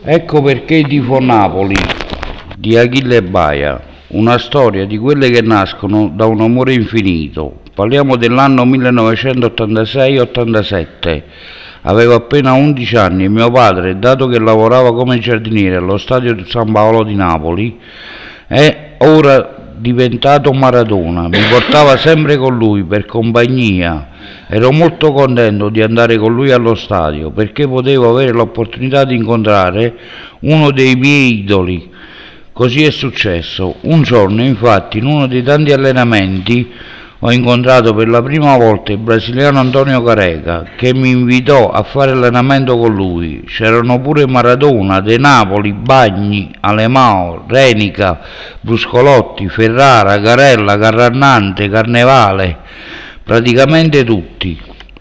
Ecco perché tifo Napoli di Achille Baia, una storia di quelle che nascono da un amore infinito. Parliamo dell'anno 1986-87. Avevo appena 11 anni e mio padre, dato che lavorava come giardiniere allo stadio di San Paolo di Napoli, è ora diventato Maradona. Mi portava sempre con lui per compagnia. Ero molto contento di andare con lui allo stadio perché potevo avere l'opportunità di incontrare uno dei miei idoli. Così è successo. Un giorno, infatti, in uno dei tanti allenamenti ho incontrato per la prima volta il brasiliano Antonio Careca, che mi invitò a fare allenamento con lui. C'erano pure Maradona, De Napoli, Bagni, Alemao, Renica, Bruscolotti, Ferrara, Garella, Carrannante, Carnevale, praticamente tutti.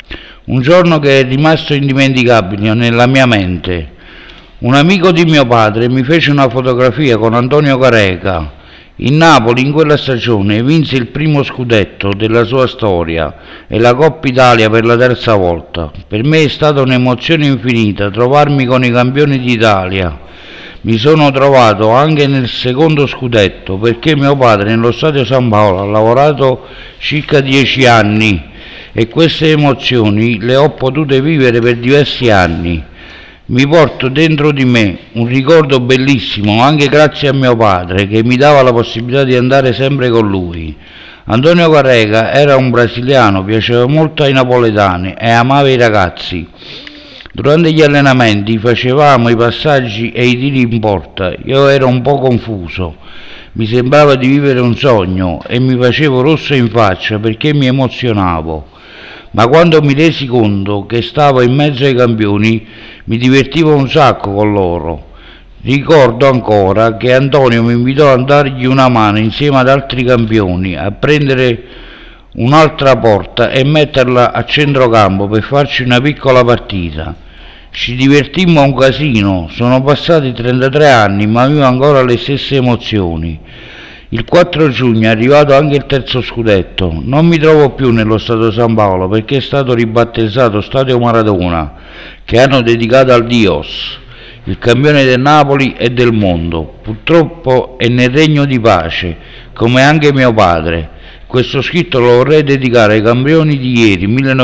Un giorno che è rimasto indimenticabile nella mia mente. Un amico di mio padre mi fece una fotografia con Antonio Careca. Il Napoli in quella stagione vinse il primo scudetto della sua storia e la Coppa Italia per la terza volta. Per me è stata un'emozione infinita trovarmi con i campioni d'Italia. Mi sono trovato anche nel secondo scudetto perché mio padre nello stadio San Paolo ha lavorato circa 10 anni e queste emozioni le ho potute vivere per diversi anni. Mi porto dentro di me un ricordo bellissimo anche grazie a mio padre che mi dava la possibilità di andare sempre con lui. Antonio Careca era un brasiliano, piaceva molto ai napoletani e amava i ragazzi. Durante gli allenamenti facevamo i passaggi e i tiri in porta. Io ero un po' confuso. Mi sembrava di vivere un sogno e mi facevo rosso in faccia perché mi emozionavo. Ma quando mi resi conto che stavo in mezzo ai campioni, mi divertivo un sacco con loro. Ricordo ancora che Antonio mi invitò a dargli una mano insieme ad altri campioni a prendere un'altra porta e metterla a centrocampo per farci una piccola partita. Ci divertimmo un casino, sono passati 33 anni ma avevo ancora le stesse emozioni. Il 4 giugno è arrivato anche il terzo scudetto. Non mi trovo più nello stadio San Paolo perché è stato ribattezzato Stadio Maradona, che hanno dedicato al Dios, il campione del Napoli e del mondo. Purtroppo è nel regno di pace, come anche mio padre. Questo scritto lo vorrei dedicare ai campioni di ieri,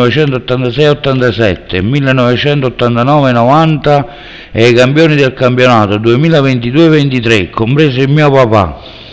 1986-87, 1989-90 e ai campioni del campionato 2022-23, compreso il mio papà.